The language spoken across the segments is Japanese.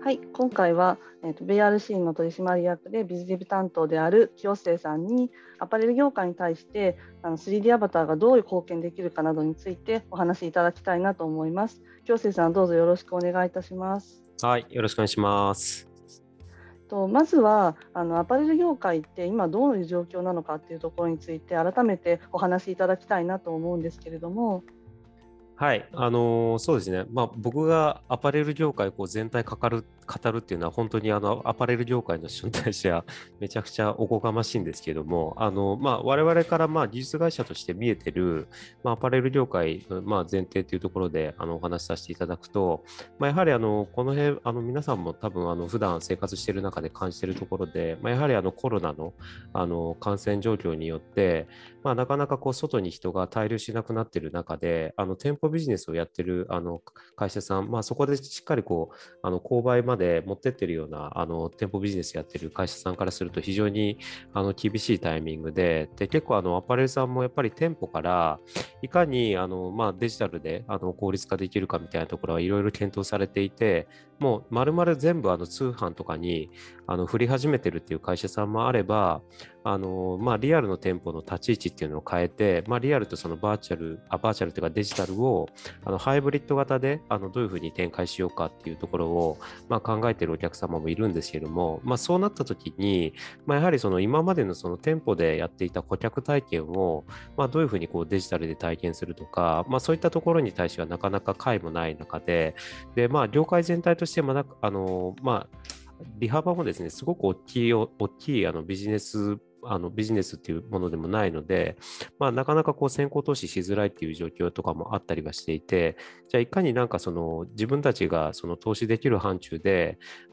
はい、今回は、BRC の取締役でビジネス担当である清瀬さんにアパレル業界に対して3D アバターがどういう貢献できるかなどについてお話しいただきたいなと思います。清瀬さん、どうぞよろしくお願いいたします。 はい、よろしくお願いします。 まずはアパレル業界って今どういう状況なのかっていうところについて改めてお話しいただきたいなと思うんですけれども。 はい、そうですね、僕がアパレル業界を全体語るっていうのは、本当にアパレル業界の人に対してはめちゃくちゃおこがましいんですけども、我々から技術会社として見えてる、アパレル業界の前提というところでお話しさせていただくと、やはりこの辺皆さんも多分普段生活している中で感じているところで、やはりコロナの感染状況によって、なかなか外に人が滞留しなくなっている中で、店舗ビジネスをやっている会社さん、そこでしっかり購買まで持ってってるような店舗ビジネスやってる会社さんからすると非常に厳しいタイミングで、結構アパレルさんもやっぱり店舗からいかにデジタルで効率化できるかみたいなところはいろいろ検討されていて、もう丸々全部通販とかに振り始めてるっていう会社さんもあれば、リアルの店舗の立ち位置っていうのを変えて、リアルとそのバーチャルというかデジタルをハイブリッド型でどういうふうに展開しようかっていうところを考えているお客様もいるんですけれども、そうなった時に、やはりその今までのその店舗でやっていた顧客体験をどういうふうにデジタルで体験するとか、そういったところに対してはなかなか解もない中で、業界全体としても利幅もですね、すごく大きいビジネスっていうものでもないので、なかなか先行投資しづらいっていう状況とかもあったりはしていて、じゃあいかにその自分たちがその投資できる範疇で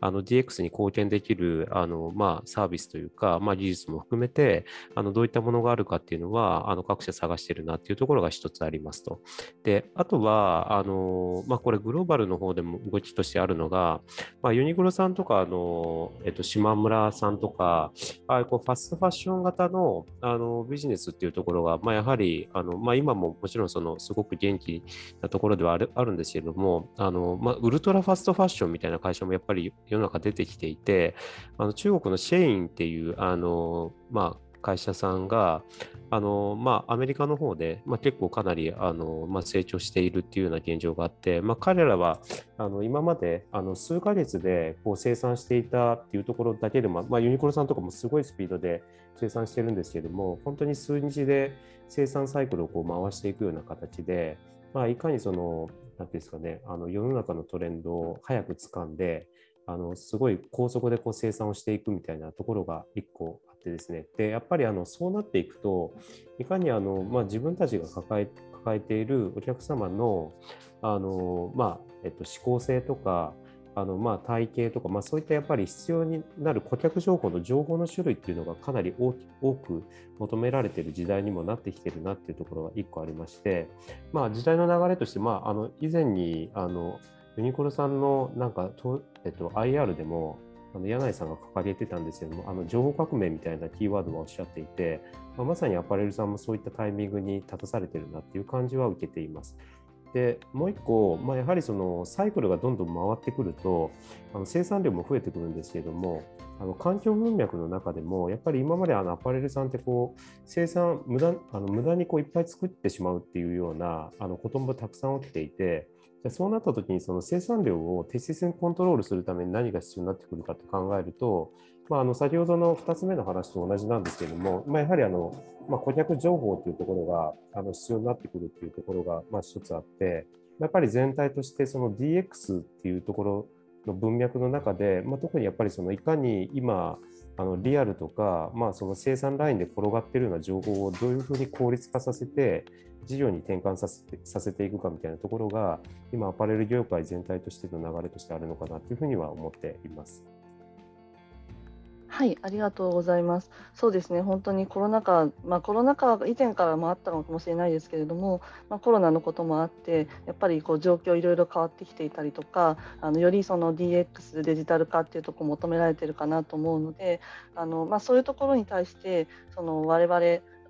DX に貢献できるサービスというか、技術も含めてどういったものがあるかっていうのは各社探してるなっていうところが一つありますと。で、あとはこれグローバルの方でも動きとしてあるのが、ユニクロさんとか島村さんとか、ファストファッション型の、ビジネスっていうところが、やはり今ももちろんすごく元気なところではあるんですけれども、ウルトラファストファッションみたいな会社もやっぱり世の中出てきていて、中国のシェインっていう会社さんがアメリカの方で、結構かなり成長しているっていうような現状があって、彼らは今まで数ヶ月で生産していたっていうところだけでも、ユニクロさんとかもすごいスピードで生産してるんですけれども、本当に数日で生産サイクルを回していくような形で、いかになんていうんですかね、世の中のトレンドを早く掴んで、すごい高速で生産をしていくみたいなところが一個あってですね。で、やっぱりそうなっていくと、いかに自分たちが抱えているお客様の指向性とか体系とか、そういったやっぱり必要になる顧客情報の種類っていうのがかなり多く求められている時代にもなってきてるなっていうところが一個ありまして、時代の流れとして、以前にユニクロさんのIR でも柳井さんが掲げてたんですけども、情報革命みたいなキーワードをおっしゃっていて、まさにアパレルさんもそういったタイミングに立たされてるなっていう感じは受けています。で、もう一個、やはりそのサイクルがどんどん回ってくると生産量も増えてくるんですけれども、環境文脈の中でもやっぱり今までアパレルさんって生産無駄にいっぱい作ってしまうっていうようなこともたくさん起きていて、じゃそうなった時にその生産量を適切にコントロールするために何が必要になってくるかと考えると、先ほどの2つ目の話と同じなんですけれども、やはり顧客情報というところが必要になってくるというところが一つあって、やっぱり全体としてその DX っていうところの文脈の中で、特にやっぱりいかに今リアルとか、その生産ラインで転がっているような情報をどういうふうに効率化させて事業に転換させていくかみたいなところが今アパレル業界全体としての流れとしてあるのかなというふうには思っています。 はい、ありがとうございます。そうですね、本当にコロナ禍以前からもあったのかもしれないですけれども、コロナのこともあって、やっぱり状況いろいろ変わってきていたりとか、よりその DX デジタル化っていうところを求められているかなと思うので、そういうところに対して我々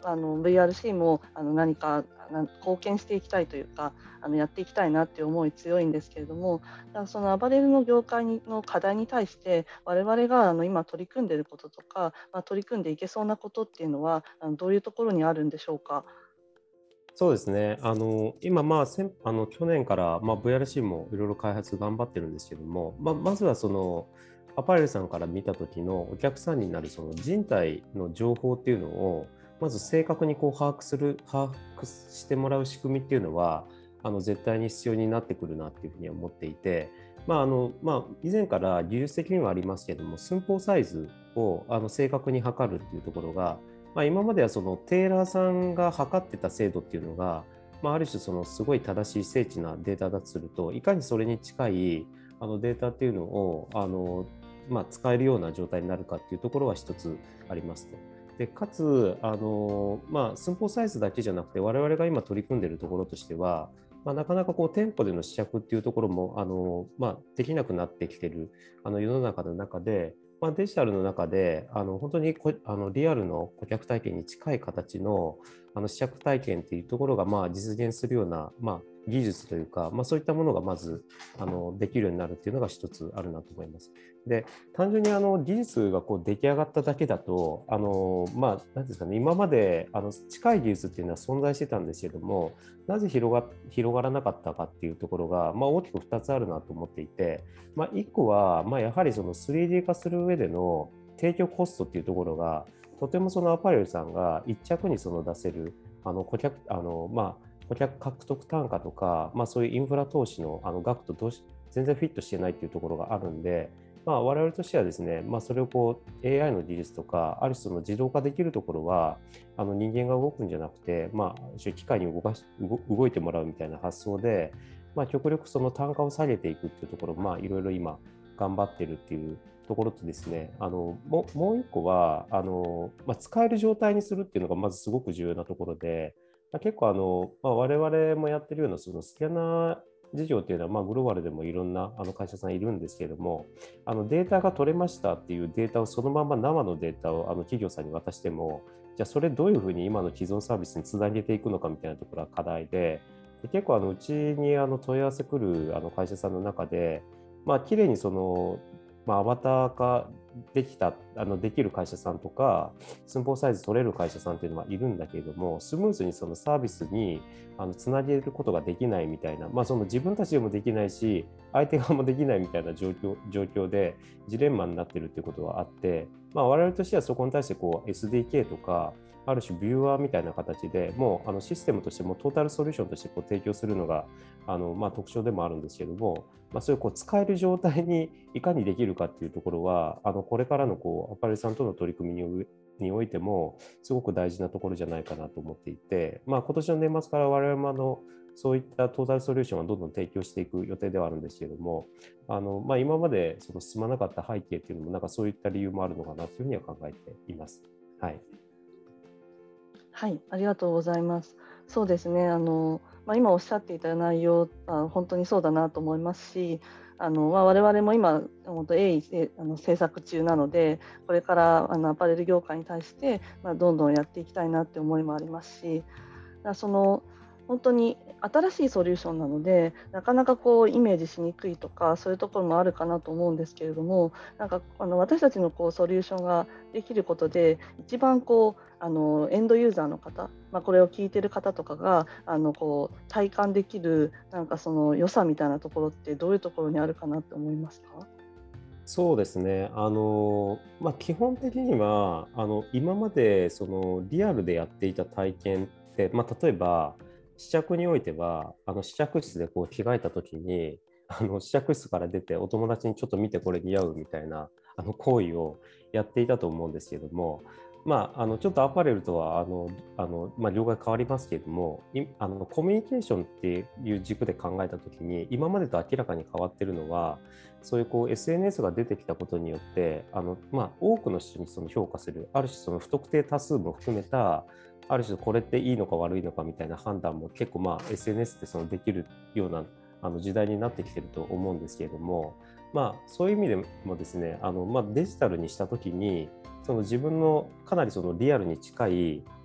VRC も何か貢献していきたいというかやっていきたいなっていう思い強いんですけれども、だからそのアパレルの業界の課題に対して我々が今取り組んでいることとか、取り組んでいけそうなことっていうのはどういうところにあるんでしょうか。 そうですね。今、去年から、VRC もいろいろ開発頑張ってるんですけども、まずはそのアパレルさんから見た時のお客さんになるその人体の情報っていうのをまず正確に把握してもらう仕組みっていうのは絶対に必要になってくるなっていうふうに思っていて、以前から技術的にはありますけれども、寸法サイズを正確に測るっていうところが、今まではそのテーラーさんが測ってた精度っていうのが、ある種そのすごい正しい精緻なデータだとすると、いかにそれに近いデータっていうのを使えるような状態になるかっていうところは一つありますと。でかつ寸法サイズだけじゃなくて、我々が今取り組んでいるところとしては、なかなか店舗での試着っていうところもできなくなってきている世の中の中で、デジタルの中で本当にリアルの顧客体験に近い形の試着体験っていうところが実現するような技術というか、そういったものがまずできるようになるっていうのが一つあるなと思います。で、単純に技術が出来上がっただけだとなんですかね、今まで近い技術っていうのは存在してたんですけども、なぜ広がらなかったかっていうところが、大きく2つあるなと思っていて、1個はやはりその 3D 化する上での提供コストっていうところが、とてもそのアパレルさんが一着に出せる顧客獲得単価とか、そういうインフラ投資の額と全然フィットしてないっていうところがあるんで、我々としてはですね、それをAI の技術とか、ある種の自動化できるところは人間が動くんじゃなくて、機械に動いてもらうみたいな発想で、極力その単価を下げていくっていうところをいろいろ今頑張ってるっていうところとですね、もう一個は使える状態にするっていうのがまずすごく重要なところで、結構我々もやってるようなそのスキャナー事業っていうのはグローバルでもいろんな会社さんいるんですけれども、データが取れましたっていうデータをそのまま生のデータを企業さんに渡しても、じゃあそれどういうふうに今の既存サービスにつなげていくのかみたいなところが課題で、結構うちに問い合わせ来る会社さんの中で、綺麗にその、アバター化できる会社さんとか、寸法サイズ取れる会社さんっていうのはいるんだけれども、スムーズにそのサービスにつなげることができないみたいな、その自分たちでもできないし、相手側もできないみたいな状況でジレンマになってるっていうことはあって、我々としてはそこに対してSDK とか、ある種ビューアーみたいな形でもうシステムとしてもトータルソリューションとして提供するのが特徴でもあるんですけども、そういう使える状態にいかにできるかっていうところはこれからのアパレルさんとの取り組みにおいてもすごく大事なところじゃないかなと思っていて、今年の年末から我々もそういったトータルソリューションはどんどん提供していく予定ではあるんですけども、今まで進まなかった背景っていうのもそういった理由もあるのかなというふうには考えています。はい。 はい、ありがとうございます。そうですね。今おっしゃっていた内容は本当にそうだなと思いますし、我々も今本当鋭意制作中なので、これからアパレル業界に対して、どんどんやっていきたいなって思いもありますし、その本当に新しいソリューションなので、なかなかイメージしにくいとか、そういうところもあるかなと思うんですけれども、私たちのソリューションができることで、一番エンドユーザーの方、これを聞いている方とかが体感できるその良さみたいなところってどういうところにあるかなと思いますか？ そうですね。基本的には今までそのリアルでやっていた体験って、例えば試着においては試着室で着替えた時に試着室から出てお友達にちょっと見てこれ似合うみたいな行為をやっていたと思うんですけども、ちょっとアパレルとは業界変わりますけれども、コミュニケーションっていう軸で考えたときに、今までと明らかに変わっているのは、そういう SNS が出てきたことによって、多くの人に評価する、ある種その不特定多数も含めた、ある種これっていいのか悪いのかみたいな判断も結構SNS ってできるような時代になってきていると思うんですけれども、そういう意味でもですね、デジタルにしたときに、自分のかなりリアルに近い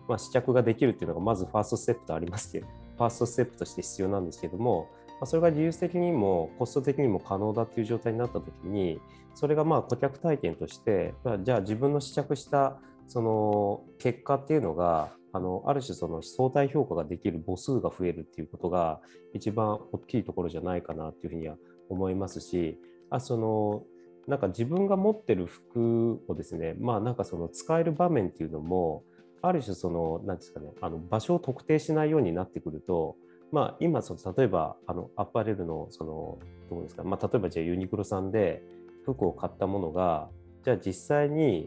試着ができるっていうのがまずファーストステップとありますけど、ファーストステップとして必要なんですけども、それが技術的にもコスト的にも可能だっていう状態になったときに、それが顧客体験として、じゃあ自分の試着したその結果っていうのが、ある種その相対評価ができる母数が増えるっていうことが一番大きいところじゃないかなっていうふうには思いますし、なんか自分が持ってる服をですね、なんかその使える場面っていうのも、ある種そのなんですかね、場所を特定しないようになってくると、今例えばアパレルのどうですか、例えばじゃあユニクロさんで服を買ったものが、じゃあ実際に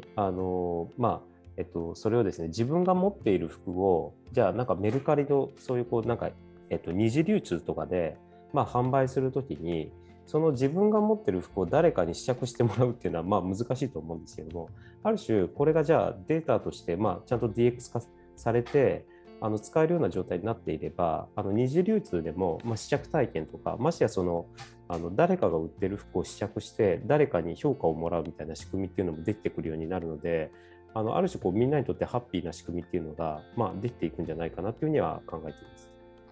それをですね、自分が持っている服をじゃあなんかメルカリのそういうなんか二次流通とかで販売するときに、その自分が持ってる服を誰かに試着してもらうっていうのは難しいと思うんですけども、ある種これがじゃあデータとしてちゃんと DX 化されて使えるような状態になっていれば、二次流通でも試着体験とか、ましてや誰かが売ってる服を試着して誰かに評価をもらうみたいな仕組みっていうのもできてくるようになるので、ある種みんなにとってハッピーな仕組みっていうのができていくんじゃないかなというふうには考えています。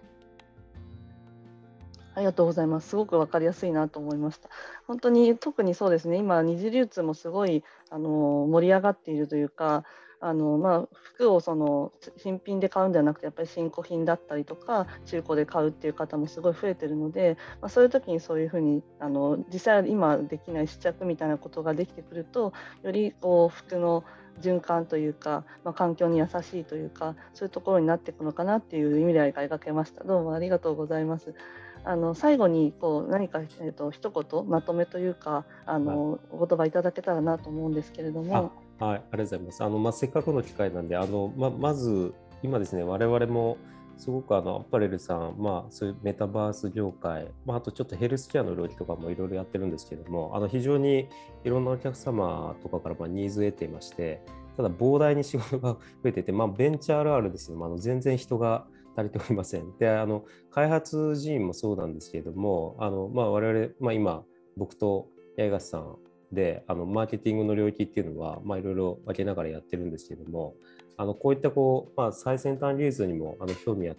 ありがとうございます。すごく分かりやすいなと思いました。本当に特にそうですね、今、二次流通もすごい盛り上がっているというか、服を新品で買うんではなくて、やっぱり新古品だったりとか、中古で買うっていう方もすごい増えてるので、そういう時にそういうふうに実際今できない試着みたいなことができてくると、より服の循環というか、環境に優しいというか、そういうところになっていくのかなっていう意味合いが描けました。どうもありがとうございます。最後に何か、一言まとめというかはい、 お言葉いただけたらなと思うんですけれども。 はい、ありがとうございます。せっかくの機会なんで、まず今ですね、我々もすごくアパレルさん、そういうメタバース業界、あとちょっとヘルスケアの領域とかもいろいろやってるんですけども、非常にいろんなお客様とかからニーズを得ていまして、ただ膨大に仕事が増えていて、ベンチャーあるあるですよ、全然人が足りておりません。で、開発人員もそうなんですけれども、我々、今、僕と八重樫さんでマーケティングの領域っていうのはいろいろ分けながらやってるんですけども、こういった最先端技術にも興味あって、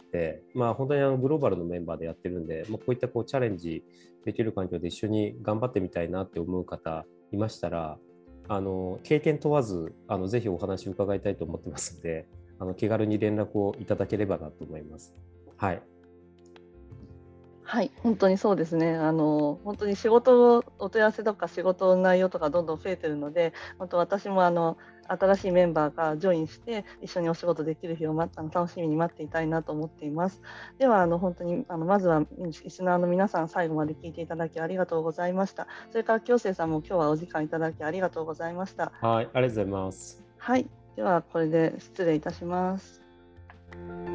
本当にグローバルのメンバーでやってるんで、こういったチャレンジできる環境で一緒に頑張ってみたいなって思う方いましたら、経験問わずぜひお話を伺いたいと思ってますので、気軽に連絡をいただければなと思います。はい。 はい、本当にそうですね。本当に仕事お問い合わせとか仕事の内容とかどんどん増えてるので、本当私も新しいメンバーがジョインして一緒にお仕事できる日を楽しみに待っていたいなと思っています。では本当にまずはリスナーの皆さん、最後まで聞いていただきありがとうございました。それから京成さんも今日はお時間いただきありがとうございました。 はい、ありがとうございます。 はい、ではこれで失礼いたします。